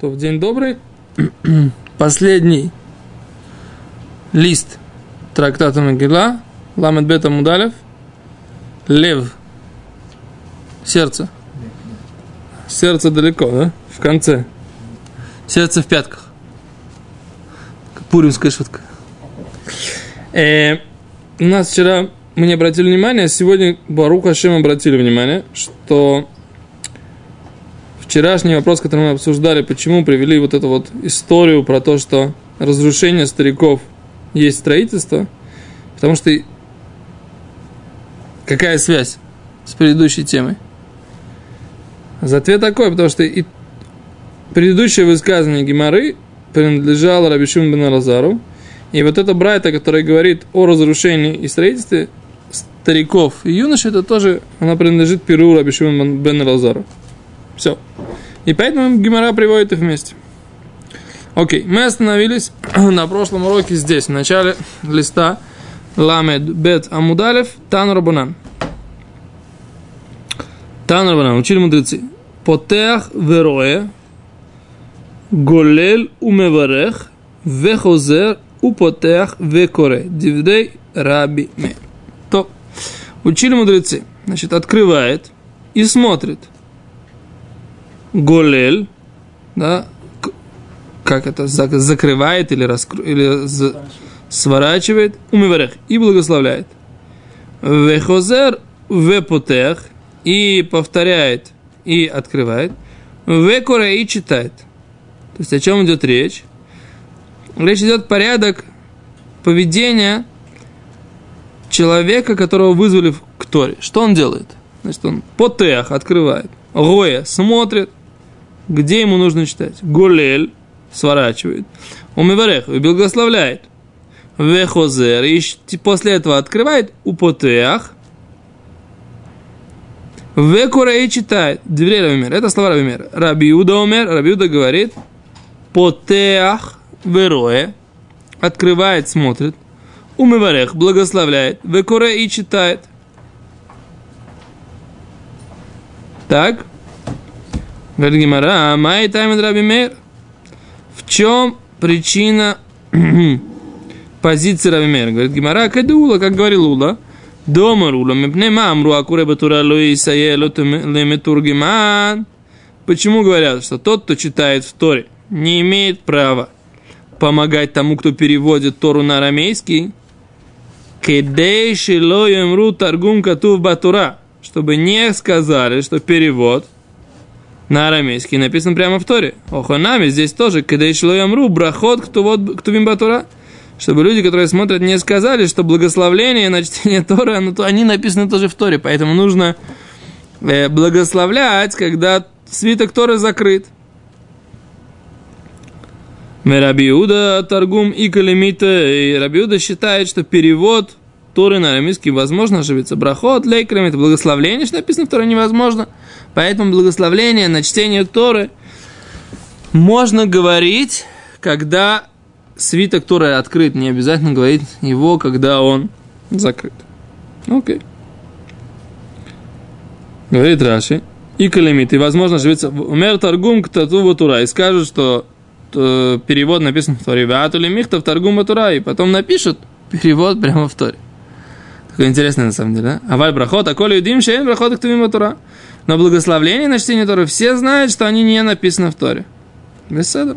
То в день добрый. Последний лист трактата Мегилла, Ламед бет амуд алеф, лев, сердце. Сердце далеко, да? В конце. Сердце в пятках. Пуримская шутка. У нас вчера мы не обратили внимания, сегодня Барух Ашем обратили внимание, что вчерашний вопрос, который мы обсуждали, почему привели вот эту вот историю про то, что разрушение стариков есть строительство, потому что какая связь с предыдущей темой? Ответ такой, потому что и предыдущее высказывание Гемары принадлежало Раби Шимону бен Элазару, и вот эта брайта, которая говорит о разрушении и строительстве стариков и юношей, это тоже, она принадлежит перу Раби Шимону бен Элазару. Все. И поэтому Гемара приводит их вместе. Окей, мы остановились на прошлом уроке здесь, в начале листа Ламед бет амуд алеф Тан Рабанан. Тан Рабанан, учили мудрецы. Потеах верое, голель умеварех, вехозер употеах векоре. Дивдей Раби Меир. То, учили мудрецы, значит, открывает и смотрит. Голель, да, как это, закрывает или сворачивает, умиварех, и благословляет. Вехозер, вепотех, и повторяет, и открывает. Векоре, и читает. То есть, о чем идет речь? Речь идет порядок поведения человека, которого вызвали к Торе. Что он делает? Значит, он потех, открывает. Гоя, смотрит, где ему нужно читать. Голель, сворачивает. Умиварех, и благословляет. Вехозер, и после этого открывает. Употеах. Векуре, и читает. Дверей Раби Меир. Это слова Раби Меира. Раби Иуда умер. Раби Иуда говорит. Потеах верое. Открывает, смотрит. Умиварех, благословляет. Векуре, и читает. Так. Говорит Гемара, май таймед Раби Меир. В чем причина позиции Раби Меира? Говорит Гемара, кадула, как говорил Ула. Дома Рула, мепнема амру акуре батура лои сае леметургиман. Почему говорят, что тот, кто читает в Торе, не имеет права помогать тому, кто переводит Тору на арамейский? Кедей шило ямру таргум катув батура. Чтобы не сказали, что перевод на арамейский написан прямо в Торе. Оханами здесь тоже, когда шло ямру, брахот ктувим батура. Чтобы люди, которые смотрят, не сказали, что благословление на чтение Торы, они написаны тоже в Торе. Поэтому нужно благословлять, когда свиток Торы закрыт. Раби Иуда таргум и калимита. И Раби Иуда считает, что перевод Торы на арамейский возможно ошибиться. Брахот, лейкрем, это благословление, что написано в Торе, невозможно. Поэтому благословление на чтение Торы можно говорить, когда свиток Торы открыт. Не обязательно говорить его, когда он закрыт. Окей. Говорит Раши. И калимит. И возможно ошибиться. Умер таргум ктатува Тура. И скажут, что перевод написан в Торе. Ваатули михтав таргум Тура. И потом напишут перевод прямо в Торе. Такое интересное на самом деле, да? Аваль брахот, а коли юдим шеен брахот ктувим Тура. Но благословление на чтение Торы все знают, что они не написаны в Торе. Беседа.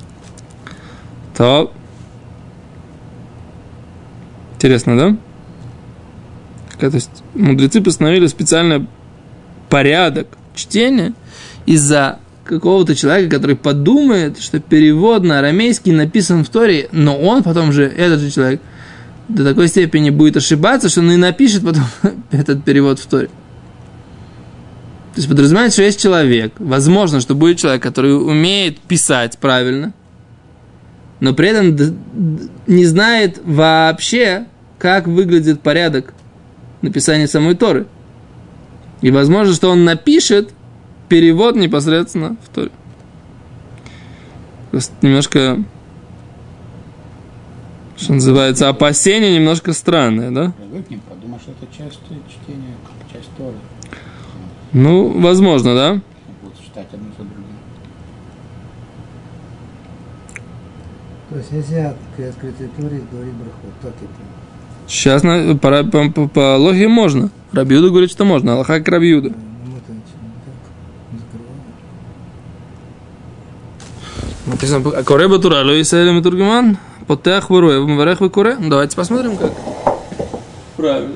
То. Интересно, да? То есть мудрецы постановили специальный порядок чтения из-за какого-то человека, который подумает, что перевод на арамейский написан в Торе, но он потом же, этот же человек, до такой степени будет ошибаться, что он и напишет потом этот перевод в Торе. То есть подразумевается, что есть человек, возможно, что будет человек, который умеет писать правильно, но при этом не знает вообще, как выглядит порядок написания самой Торы. И возможно, что он напишет перевод непосредственно в Торе. Просто немножко, что называется, опасение немножко странное, да? Привыкнем, подумал, что это часть чтения, часть Торы. Ну, возможно, да? Будут читать одно за другим. То есть нельзя при открытой туре говорить брахот, так это. Сейчас по логике можно. Раби Юда говорит, что можно. Аллаха как Раби Юда. Написано, коре батура, ло исаэле метургиман, потеах варуэ, вмарех векоре. Давайте посмотрим, как. Правильно.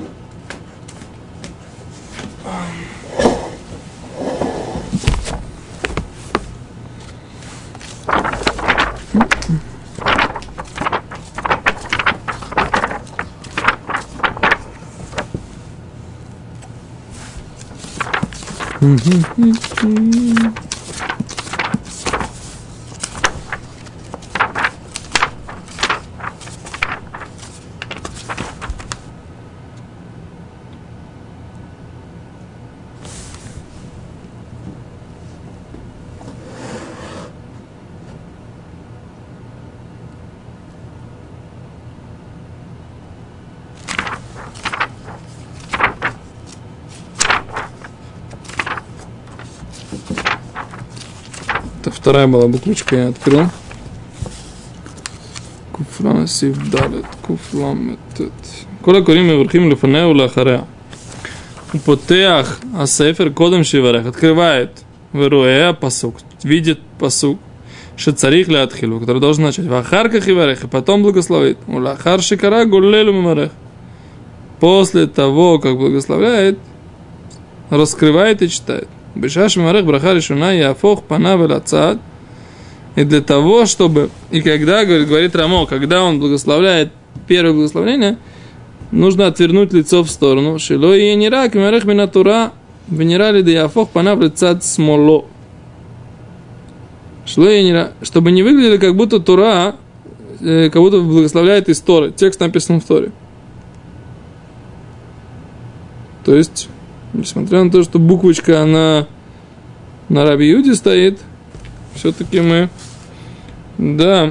Это вторая была буквочка, я открыл. Куфран сив далет, куфлам метет. Кола корим меврхим лефанеу лахареа. Употеах асефер кодем шиварех. Открывает веруэ пасук, видит пасук, шецарих леатхилу, который должен начать. Вахарках иварех, и потом благословит. Улахар шикара гуллелю мемарех. После того, как благословляет, раскрывает и читает. Бешаш мемарех браха решуна яфох панав элацад. И для того, чтобы... И когда, говорит Рамо, когда он благословляет первое благословение, нужно отвернуть лицо в сторону. Шило и нирак мемарех минатура венерали да яфох панав элацад смоло. Шило и нирак. Чтобы не выглядело, как будто Тура, как будто благословляет из Торы. Текст написан в Торе. То есть... Несмотря на то, что буквочка, она на Раби Юде стоит, все-таки мы, да,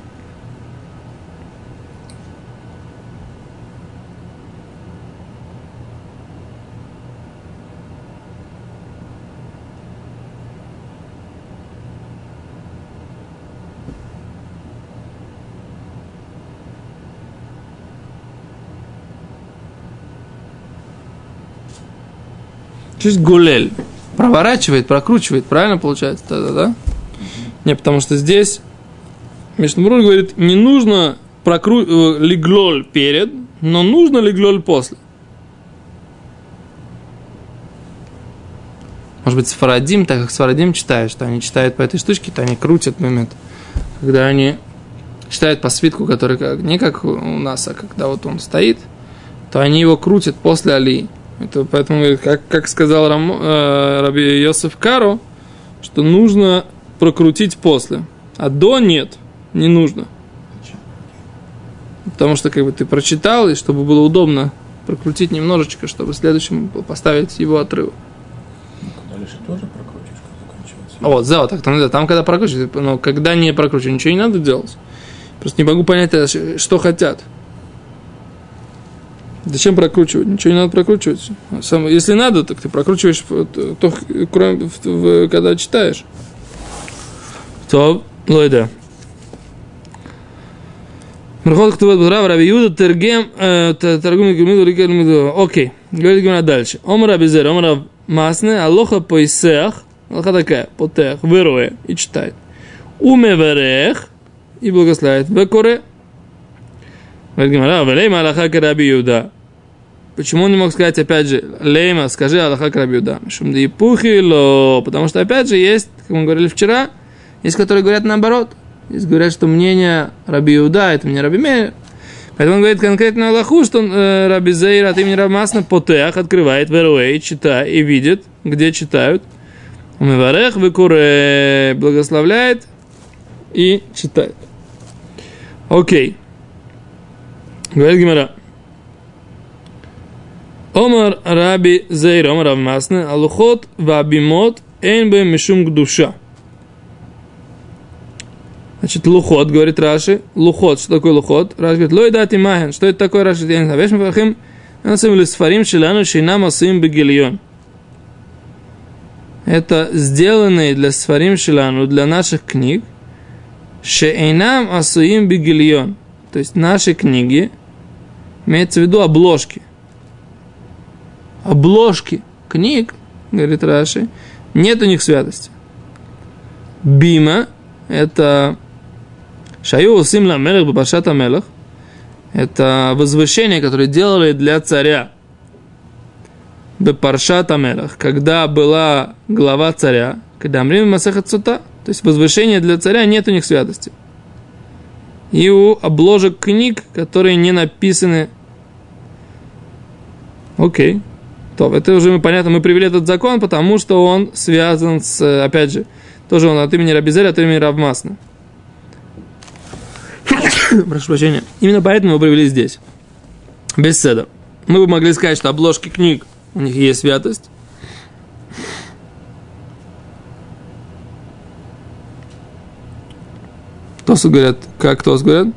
то есть гулель. Проворачивает, прокручивает. Правильно получается? Да? Не, потому что здесь Мишнабрур говорит, не нужно лиглоль перед, но нужно лиглоль после. Может быть, сфарадим, так как сфарадим читают, что они читают по этой штучке, то они крутят момент. Когда они читают по свитку, который не как у нас, а когда вот он стоит, то они его крутят после алии. Это поэтому, как сказал Раби Йосеф Каро, что нужно прокрутить после. А до нет, не нужно. Потому что как бы ты прочитал, и чтобы было удобно прокрутить немножечко, чтобы следующим поставить его отрыв. Дальше тоже прокрутишь, когда кончается. Вот, да, вот так, там когда прокручивать, но когда не прокручивать, ничего не надо делать. Просто не могу понять, что хотят. Зачем прокручивать? Ничего не надо прокручивать. Если надо, так ты прокручиваешь, когда читаешь. То, лойда. Мрхот ктуват б'рав Раби Юда тергем торгум гемиду ликермиду. Окей, говорит Гемара дальше. Омар Раби Зер, омар Масне, алоха поисех, алоха такая, потех, веруэ, и читает. Умеверех, и благословляет. Векоре. Говорит Гемара, велейма алоха ка Раби Юда. Почему он не мог сказать, опять же, лейма, скажи алоха ка Раби Юда? Шумда и пухило. Потому что, опять же, есть, как мы говорили вчера, есть, которые говорят наоборот. Есть, говорят, что мнение Раби Юда, это мне Раби Мейер. Поэтому он говорит конкретно Аллаху, что он, Раби Зейр от имени Раби Масна потеах открывает веруэй, читает и видит, где читают. Умеварех векуре благословляет и читает. Окей. Говорит Гемара. Омар Раби Зейр, омар Раби Масна, алухот вабимот эйн бэм мишум гдуша. Значит, лухот, говорит Раши, лухот, что такое лухот? Раши говорит, лой дати махен, что это такое, Раши, я не знаю, веш мы пахим, насым лисфарим шилану шинам асым бегильон. Это сделанные для сфарим шилану, для наших книг, Шеэйнам асуим бигильон. То есть наши книги, имеется в виду обложки. Обложки книг, говорит Раши, нет у них святости. Бима – это шаю усим ла мелех бапаршат амелех. Это возвышение, которое делали для царя бапаршат амелех, когда была глава царя, когда амрим масехат сута. То есть возвышение для царя нет у них святости. И у обложек книг, которые не написаны. Окей. То, это уже понятно, мы привели этот закон, потому что он связан с, опять же, тоже он от имени Рабизеля, от имени Равмасна. Прошу прощения. Именно поэтому мы привели здесь. Без седа. Мы бы могли сказать, что обложки книг, у них есть святость. Тосу говорят, как Тос говорят?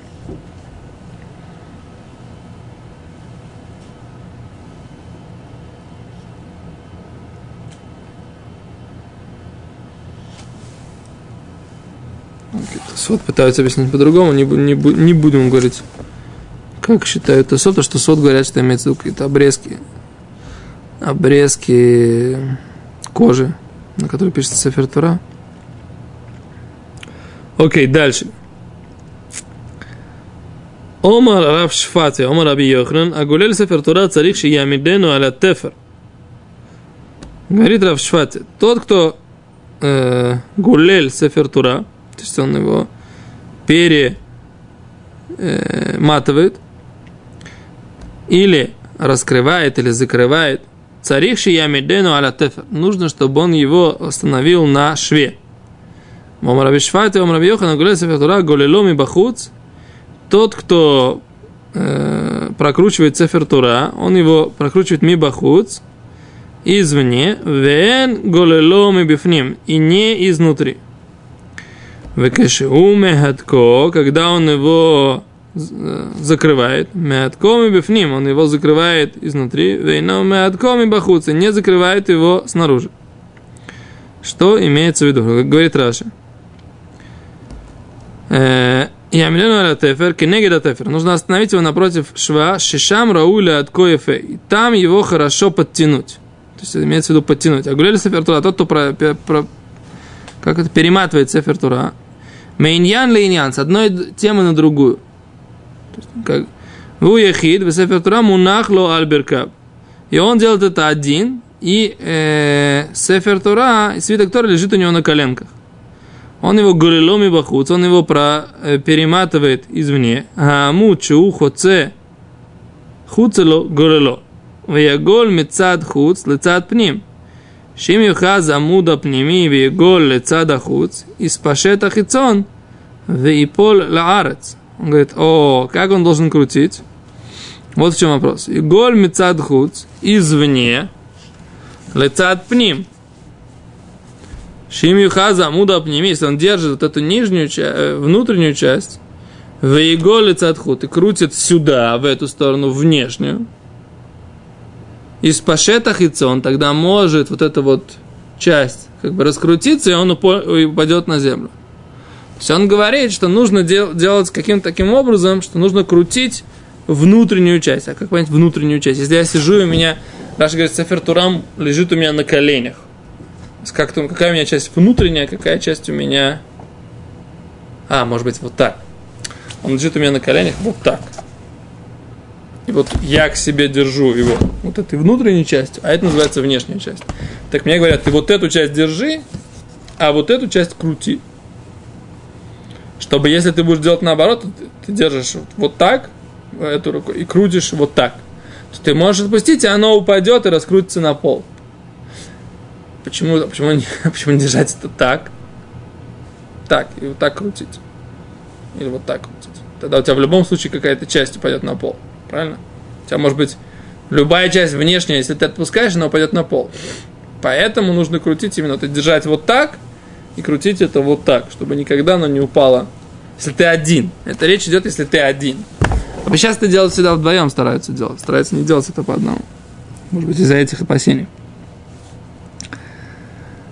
Тосот пытаются объяснить по-другому, не будем говорить, как считают Тосот, потому что Тосот говорят, что имеется в виду какие-то обрезки кожи, на которой пишется Сефер Тора. Окей, дальше. Омар Рав Шфати, Омар Раби Йоханан, агулель Сефер Тора царих шиямидену аля тефер. Говорит Рав Шфати, тот, кто гулель Сефер Тора, то есть он его перематывает, или раскрывает, или закрывает, царих шиямидену аля тефер. Нужно, чтобы он его остановил на шве. Омар Раби Шфати, Омар Раби Йоханан, гулель Сефер Тора, голело мибахуц. Тот, кто прокручивает Сефер Тора, он его прокручивает мибахуц, извне, вен голело мибифним, и не изнутри. Векешеу мехатко, когда он его закрывает, мехатко мибифним, он его закрывает изнутри, вейно мехатко мибахуц, и не закрывает его снаружи. Что имеется в виду? Как говорит Раши. Нужно остановить его напротив шва, шишам рауля от коефе, и там его хорошо подтянуть. То есть имеется в виду подтянуть. А гулели Сефер Тора, тот, кто перематывает Сефер Тора, мейньян лейньян, с одной темы на другую. Как ву яхид, в Сефер Тора мунах ло альберкаб. И он делает это один, и Сефер Тора, свиток Тора лежит у него на коленках. Он его горелом и бахуц, он его перематывает извне. Амучу хоце хуцело горело. Веягол мецад хуц лецад пним. Шим юхаз амуда пними веягол лецад ахуц. Испашет ахицон веипол лаарец. Он говорит, как он должен крутить? Вот в чем вопрос. Иголь мецад хуц извне лецад пним. Шимюхаза амуда апними, если он держит вот эту нижнюю внутреннюю часть, вейголи цадхут, и крутит сюда, в эту сторону, внешнюю, из пашета хицон, тогда может вот эта вот часть как бы раскрутиться, и он упадет на землю. То есть он говорит, что нужно делать каким-то таким образом, что нужно крутить внутреннюю часть. А как понять внутреннюю часть? Если я сижу, и у меня, Раша говорит, Сефер Турам лежит у меня на коленях. Какая у меня часть внутренняя, какая часть у меня... может быть, вот так. Он лежит у меня на коленях вот так. И вот я к себе держу его вот этой внутренней частью, а это называется внешняя часть. Так мне говорят, ты вот эту часть держи, а вот эту часть крути. Чтобы, если ты будешь делать наоборот, ты держишь вот так, эту руку, и крутишь вот так. То ты можешь отпустить, и оно упадет и раскрутится на пол. Почему не держать это так? Так, и вот так крутить. Или вот так крутить. Тогда у тебя в любом случае какая-то часть упадет на пол. Правильно? У тебя может быть любая часть внешняя, если ты отпускаешь, она упадет на пол. Поэтому нужно крутить именно, держать вот так и крутить это вот так, чтобы никогда оно не упало. Если ты один. Это речь идет, если ты один. А сейчас это делать всегда вдвоем стараются делать. Стараются не делать это по одному. Может быть, из-за этих опасений.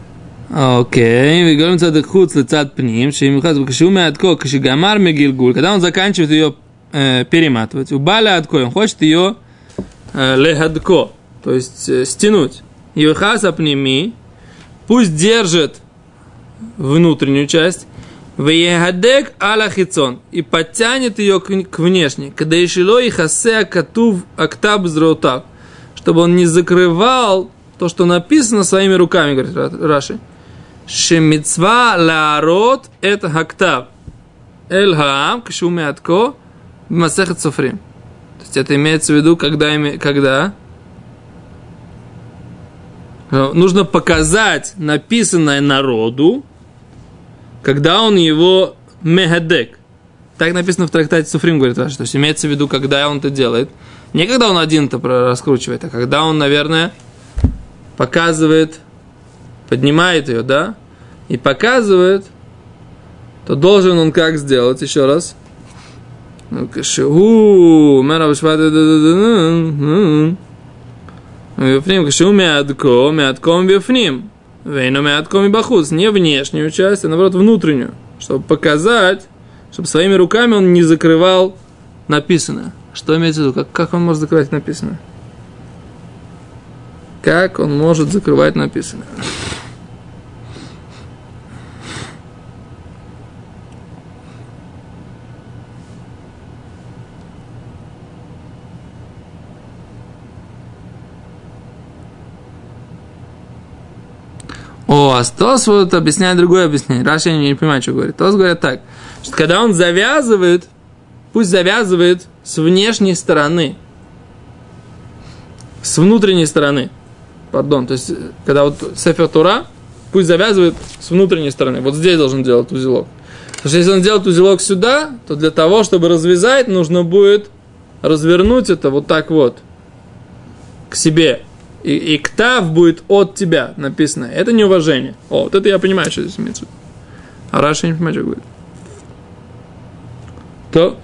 Окей, вы говорим цад хуц цад пним, гамар мегилгуль, когда он заканчивает ее перематывать, у баля адко, он хочет ее лехадко, то есть стянуть. Юхаса пними, пусть держит внутреннюю часть, веехадек аля хицон, и подтянет ее к внешней, когда ешило и хасе акатув актаб зраутав, чтобы он не закрывал то, что написано своими руками, говорит Раши. Шемицва лаарот это хактав эль хаам кшумятко масехет софрим. То есть это имеется в виду, когда нужно показать написанное народу, когда он его мехадек. Так написано в трактате Суфрим, говорит Раши. То есть имеется в виду, когда он это делает. Не когда он один-то раскручивает, а когда он, наверное, показывает, поднимает ее, да, и показывает, то должен он как сделать, еще раз. Не внешнюю часть, а наоборот внутреннюю, чтобы показать, чтобы своими руками он не закрывал написанное. Что имеется в виду? Как он может закрывать написанное? Как он может закрывать написанное? А Тос вот объясняет другое объяснение. Раши не понимает, что говорит. Тос говорит так, что когда он завязывает, пусть завязывает с внешней стороны, с внутренней стороны. Пардон, то есть, когда вот Сефер Тора, пусть завязывает с внутренней стороны. Вот здесь должен делать узелок. Потому что если он делает узелок сюда, то для того, чтобы развязать, нужно будет развернуть это вот так вот к себе. И ктав будет от тебя написано. Это неуважение. Вот это я понимаю, что здесь имеется в виду. А Раши не понимает, что говорит. То.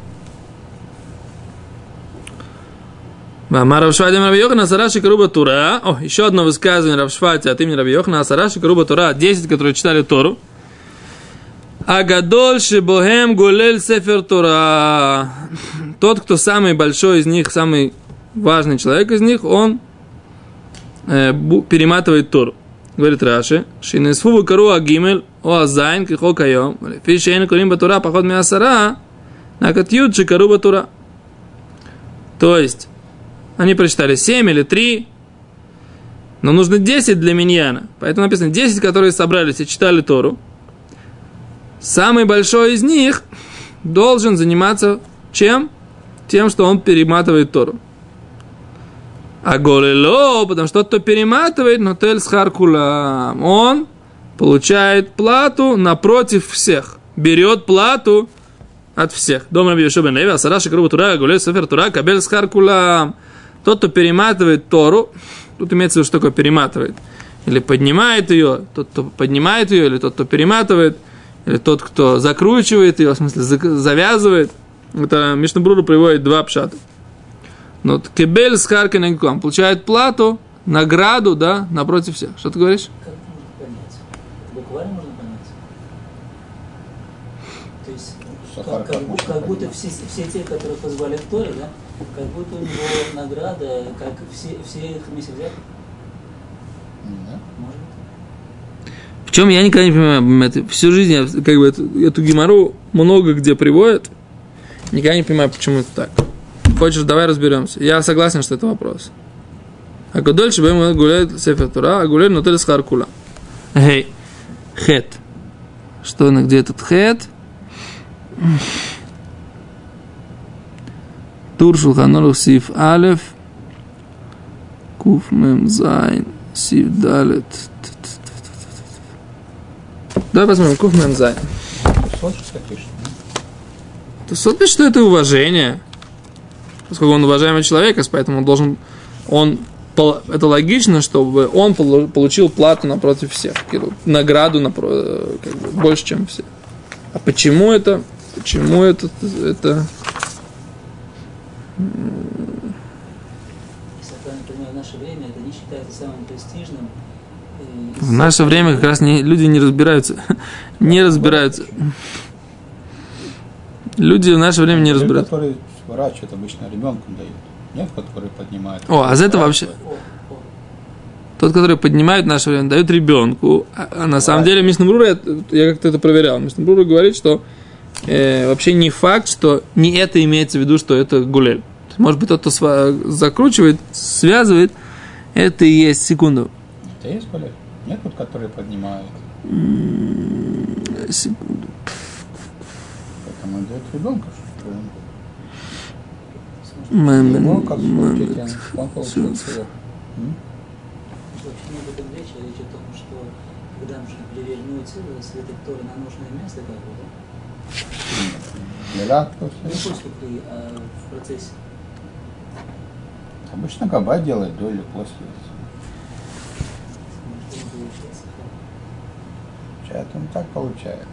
Равшвати Раби Йохана Асараши Каруба Тура. О, еще одно высказывание Равшвати от имени Раби Йохана Асараши Каруба Тура. 10, которые читали Тору. Агадоль Шибохем Гулель Сефер Тора. Тот, кто самый большой из них, самый важный человек из них, он перематывает Тору. Говорит Раши, Шинесфу кару агимель о азайн кихо кайом, фишейн курим батура поход миасара, накат юд шикару батура. То есть, они прочитали 7 или 3, но нужно 10 для миньяна. Поэтому написано 10, которые собрались и читали Тору. Самый большой из них должен заниматься чем? Тем, что он перематывает Тору. А голело, потому что тот, кто перематывает, но тель схаркула, он получает плату напротив всех. Берет плату от всех. Дом Раби Йошуа бен Леви, асараши каруба тура, гулель сефер тура, кабель схаркула. Тот, кто перематывает Тору, тут имеется в виду, что такое перематывает. Или поднимает ее, тот, кто поднимает ее, или тот, кто перематывает, или тот, кто закручивает ее, в смысле завязывает. Это Мишна Брура приводит 2 пшата. Но кебель с харкинегком получает плату, награду, да, напротив всех. Что ты говоришь? Как можно понять? Буквально можно понять. То есть, как будто все те, которые позвали в Торе, да, как будто у него награда, как все их вместе взяты. Да. Может быть. В чем я никогда не понимаю, всю жизнь я как бы эту геморру много где приводят, никогда не понимаю, почему это так. Хочешь, давай разберемся. Я согласен, что это вопрос. А дольше будем гулять сефер Тора, а гулять нотель с харкула. Эй, хет. Что, где этот хет? Тур Шулхан Арух Сиф Алеф, Куф Мем Зайн, Сиф Далет. Давай посмотрим, Куф Мем Зайн. Что пишет? Тосфот пишет, что это уважение. Поскольку он уважаемый человек, поэтому это логично, чтобы он получил плату напротив всех, награду как бы, больше, чем все. А почему это? Почему это? Если я правильно понимаю, в наше время это не считается самым престижным В наше время как раз люди не разбираются. Не разбираются. Люди в наше время не разбираются. Которые сворачивают, обычно ребенкам дают. Нет, которые поднимают. О, а за это вообще... Тот, который поднимает в наше время, дает ребенку. А на самом деле Мишна Брура, я как-то это проверял, Мишна Брура говорит, что вообще не факт, что не это имеется в виду, что это гулель. Может быть, тот, кто закручивает, связывает, это и есть, секунду. Это есть гулель? Нет, вот, которые поднимают. Секунду. Поэтому дает ребенка, что он как учитель, он получил свое. Вообще не об этом речь, а речь о том, что когда нужно перевернуть свиток Торы на нужное место, как бы, да? Не после при, а в процессе. Обычно Габай делает до или после. Получается, он так получает.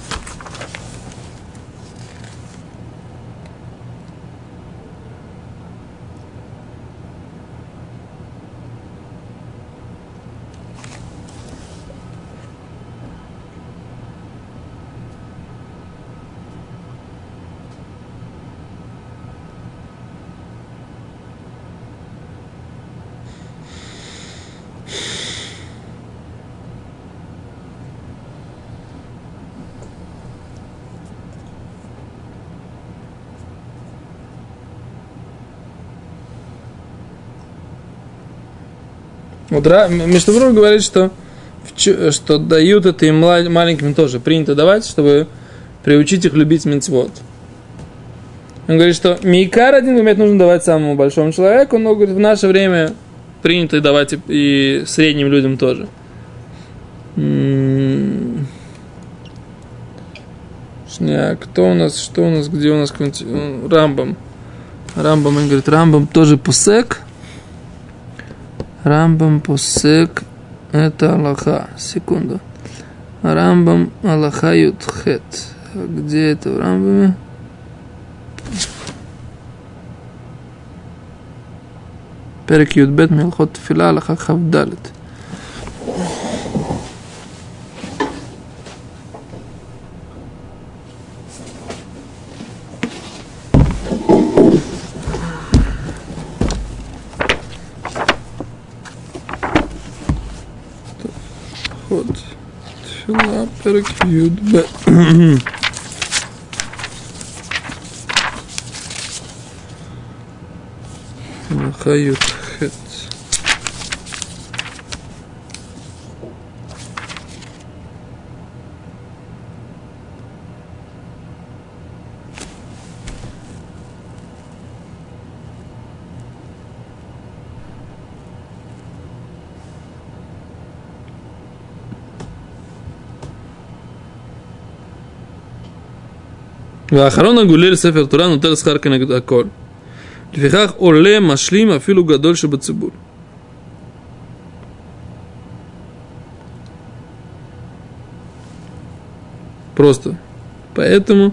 Вот Мишна Брура говорит, что дают это и маленьким тоже. Принято давать, чтобы приучить их любить мицвот. Он говорит, что мейкар один момент нужно давать самому большому человеку, но говорит, в наше время принято давать и средним людям тоже. Кто у нас, что у нас, где у нас Рамбам. Рамбам, он говорит, Рамбам тоже пусек. Рамбам пусек это Аллаха. Секунду. Рамбам Аллаха Ютхет. Где это в Рамбаме? Перек Ютбет Милхот Тфила Аллаха Хавдалет. Тфила Перек Ютбет. Аллаха Ютхет. ואחרון הגולל ספר תורה נוטל שכר כנגד הכל. לפיכך עולה משלים אפילו גדול שבציבור. Просто. Поэтому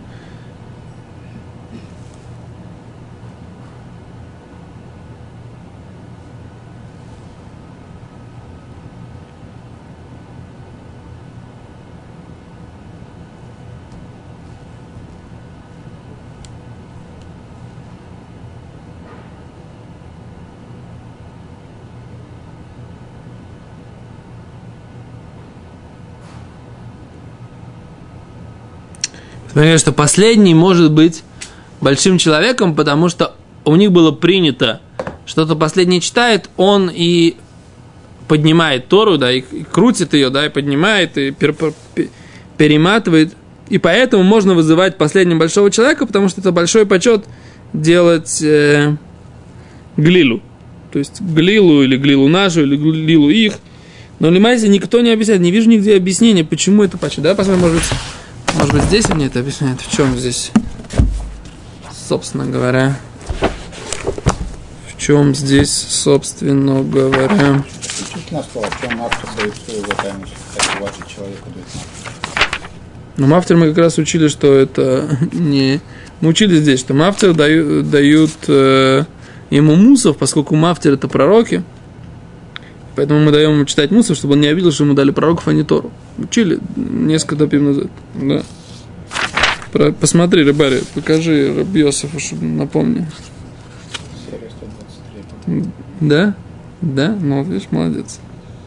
понимаешь, что последний может быть большим человеком, потому что у них было принято, что-то последний читает, он и поднимает Тору, да, и крутит ее, да, и поднимает, и перематывает. И поэтому можно вызывать последним большого человека, потому что это большой почет делать глилу. То есть глилу или глилу нашу, или глилу их. Но лимайся никто не объясняет, не вижу нигде объяснения, почему это почет. Да, посмотрим, может быть, здесь мне это объясняет. В чем здесь, собственно говоря? В чем здесь, собственно говоря? Учитель нас сказал, в чем автор дает своего тайну, как 20 человек дает автор. Ну, мафтер мы как раз учили, что это не... Мы учили здесь, что мафтер дают ему мусов, поскольку мафтер это пророки. Поэтому мы даем ему читать мусор, чтобы он не обидел, что ему дали пророков, а не Тору. Учили несколько допив назад. Да. Посмотри, Рыбари, покажи Раби Йосефу, чтобы напомни. Серия 123. Да? Да? Ну, видишь, молодец.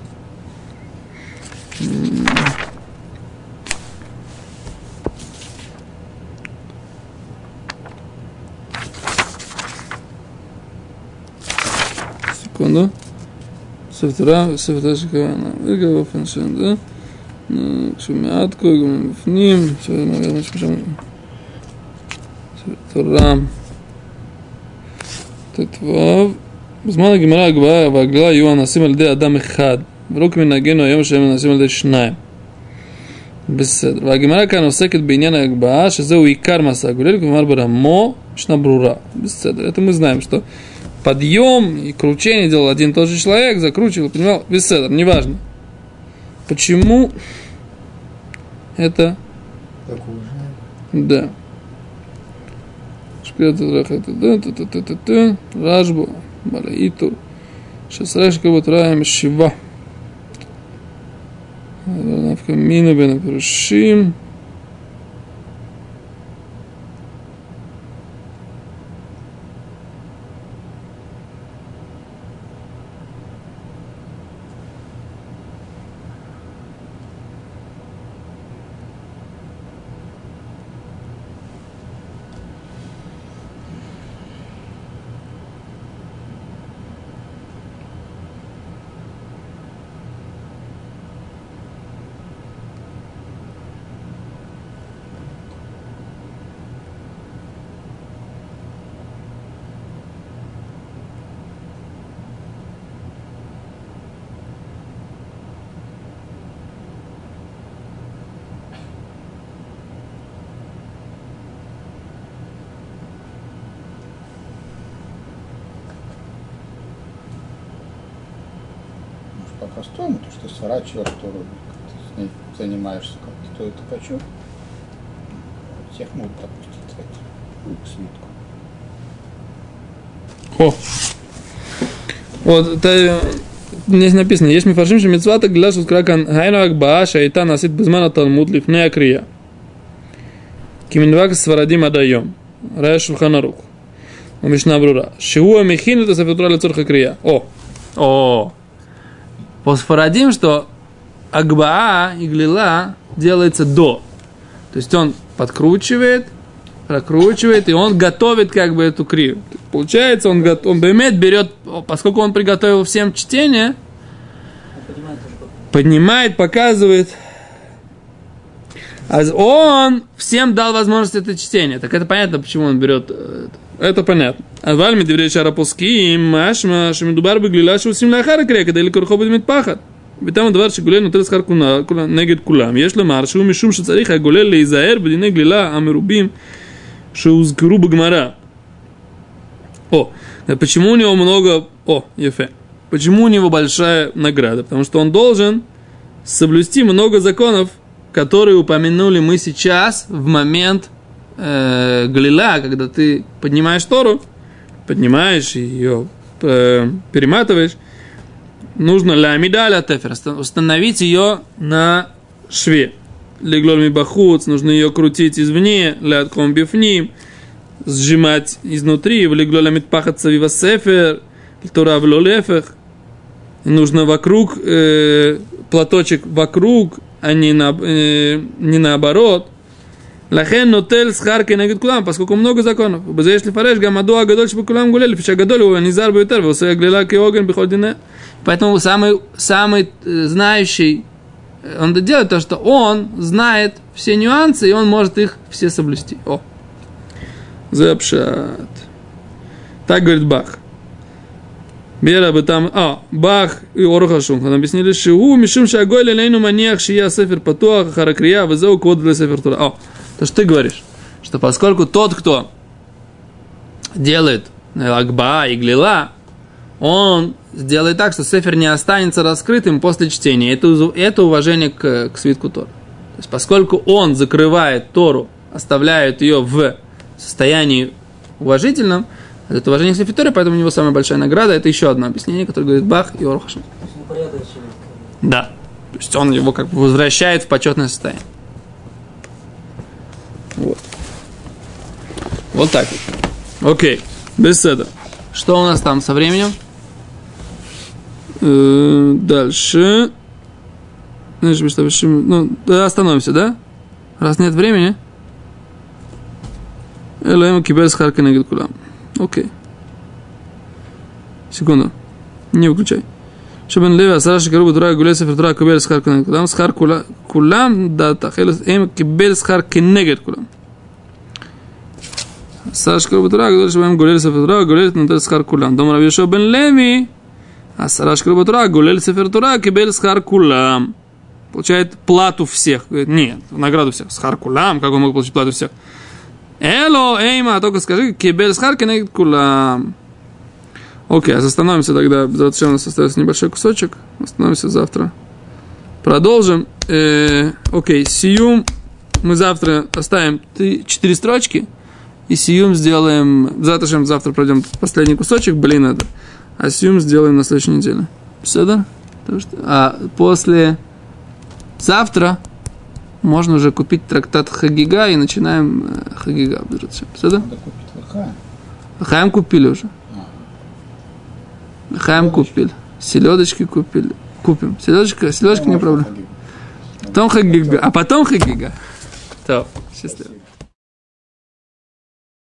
Секунду. Софтера шикарно. Выговор фэншен, да? Шумятку, гумифним. Софтера. Тетвав. בזמן הגמרא הגבוהה והגדולה יהיו אנסים על ידי אדם אחד ולא כמנהגנו היום שהם אנסים על ידי שניים. בסדר. והגמרא כאן עוסקת בעניין ההגבהה שזהו עיקר מעשה הגולל, כלומר ברמו משנה ברורה. בסדר. Это мы знаем, что подъем и кручение делал один и тот же человек, закручивал, поднимал. Беседер, неважно. Почему это? Да. Рашбу, Балаиту, Шасрашка Батраем Шива. Навкамину Бенапрушим. Пока стоим, то что сворачиваешь, что ты с ней занимаешься как-то, то это хочу. Всех могут допустить к свитку. О! Вот, это здесь написано, есть мифаршим, что митцвата гляш ускракан гайну акбаа шайта насит безмана талмуд лифней акрия. Киминвак сварадим адаем. Рая Шулхан Арух. У Мишна Брура. Шиуа мехину это софитура лецорха крия. О! По сфарадим, что акбаа и глила делается до. То есть он подкручивает, прокручивает, и он готовит как бы эту крию. Получается, он бемет берет, поскольку он приготовил всем чтение, поднимает, показывает. А он всем дал возможность это чтение. Так это понятно, почему он берет. Это понятно. אבל מדברי שאר הפוסקים, משמע שמדובר בגלילה שעושים לאחר הקריאה כדי לקרחו במטפחת. וטעם הדבר שגולל נוטל שכר נגד כולם. יש לומר שהוא משום שצריך הגולל להיזהר בדיני גלילה המרובים שהוזכרו בגמרא. Почему у него много... Ефе. Почему у него большая награда? Потому что он должен соблюсти много законов, которые упомянули мы сейчас в момент глила, когда ты поднимаешь Тору, поднимаешь ее, перематываешь, нужно ля-амида ля-тефер, установить ее на шве. Леглоль мибахуц, нужно ее крутить извне, ля-тком бифним, сжимать изнутри, в леглоль амитпахат савива сефер, Тора вло лефех, нужно вокруг, платочек вокруг, а не наоборот. Лахен нотель схар кенегет кулам, поскольку много законов. База если фареш гамаду агадоль шбу кулам гулели, фиша гадоль его низар бьютер, восая глила кеоген бихольдине. Поэтому самый знающий, он делает то, что он знает все нюансы, и он может их все соблюсти. Запшат. Так говорит Бах. Бера бы там, Бах и Оруха Шулхан объяснили, что мишум шагой лейну маниях шия сефер патуах харакрия везеу код для сефер тура. То, что ты говоришь, что поскольку тот, кто делает акба и глила, он сделает так, что сефер не останется раскрытым после чтения. Это уважение к свитку Торы. То есть, поскольку он закрывает Тору, оставляет ее в состоянии уважительном, это уважение к свитку Торы, поэтому у него самая большая награда. Это еще одно объяснение, которое говорит Бах и Орух Хашем. упорядочили. Да. То есть он его как бы возвращает в почетное состояние. Вот. Вот так вот. Окей. Без этого. Что у нас там со временем? Дальше. Ну, остановимся, да? Раз нет времени. Элоэм кибель схар кенегед кулам. Окей. Секунду. Не выключай. Шабен Леви асара шикару б'тора гулей сефер тора кибель схар кенегед кулам. Схар кулам дата. Элоэм кибель схар кенегед кулам. Асара шикару б'тора гулей сефер тора гулей нотел схар кулам. Дом Раби Йошуа бен Леви. Асара шикару б'тора гулей сефер тора кибель схар кулам. Получает плату всех. Говорит, нет, награду всех. Схар кулам. Как он мог получить плату всех? Эло, эйма, только скажи, кибель схар кенегед кулам. Окей, остановимся тогда. Зачем у нас остается небольшой кусочек? Остановимся завтра. Продолжим. Окей, сиюм. Мы завтра оставим 4 строчки. И сиюм сделаем. Завтра пройдем последний кусочек. Блин, это. А сиюм сделаем на следующей неделе. Все, да? А после завтра можно уже купить трактат Хагига и начинаем Хагига. Все, да? Надо купить Хаим. Хаим купили уже. Хаим купили. Селедочки купили. Купим. Селедочка не проблема. Потом Хагига. А потом Хагига. То, счастливо.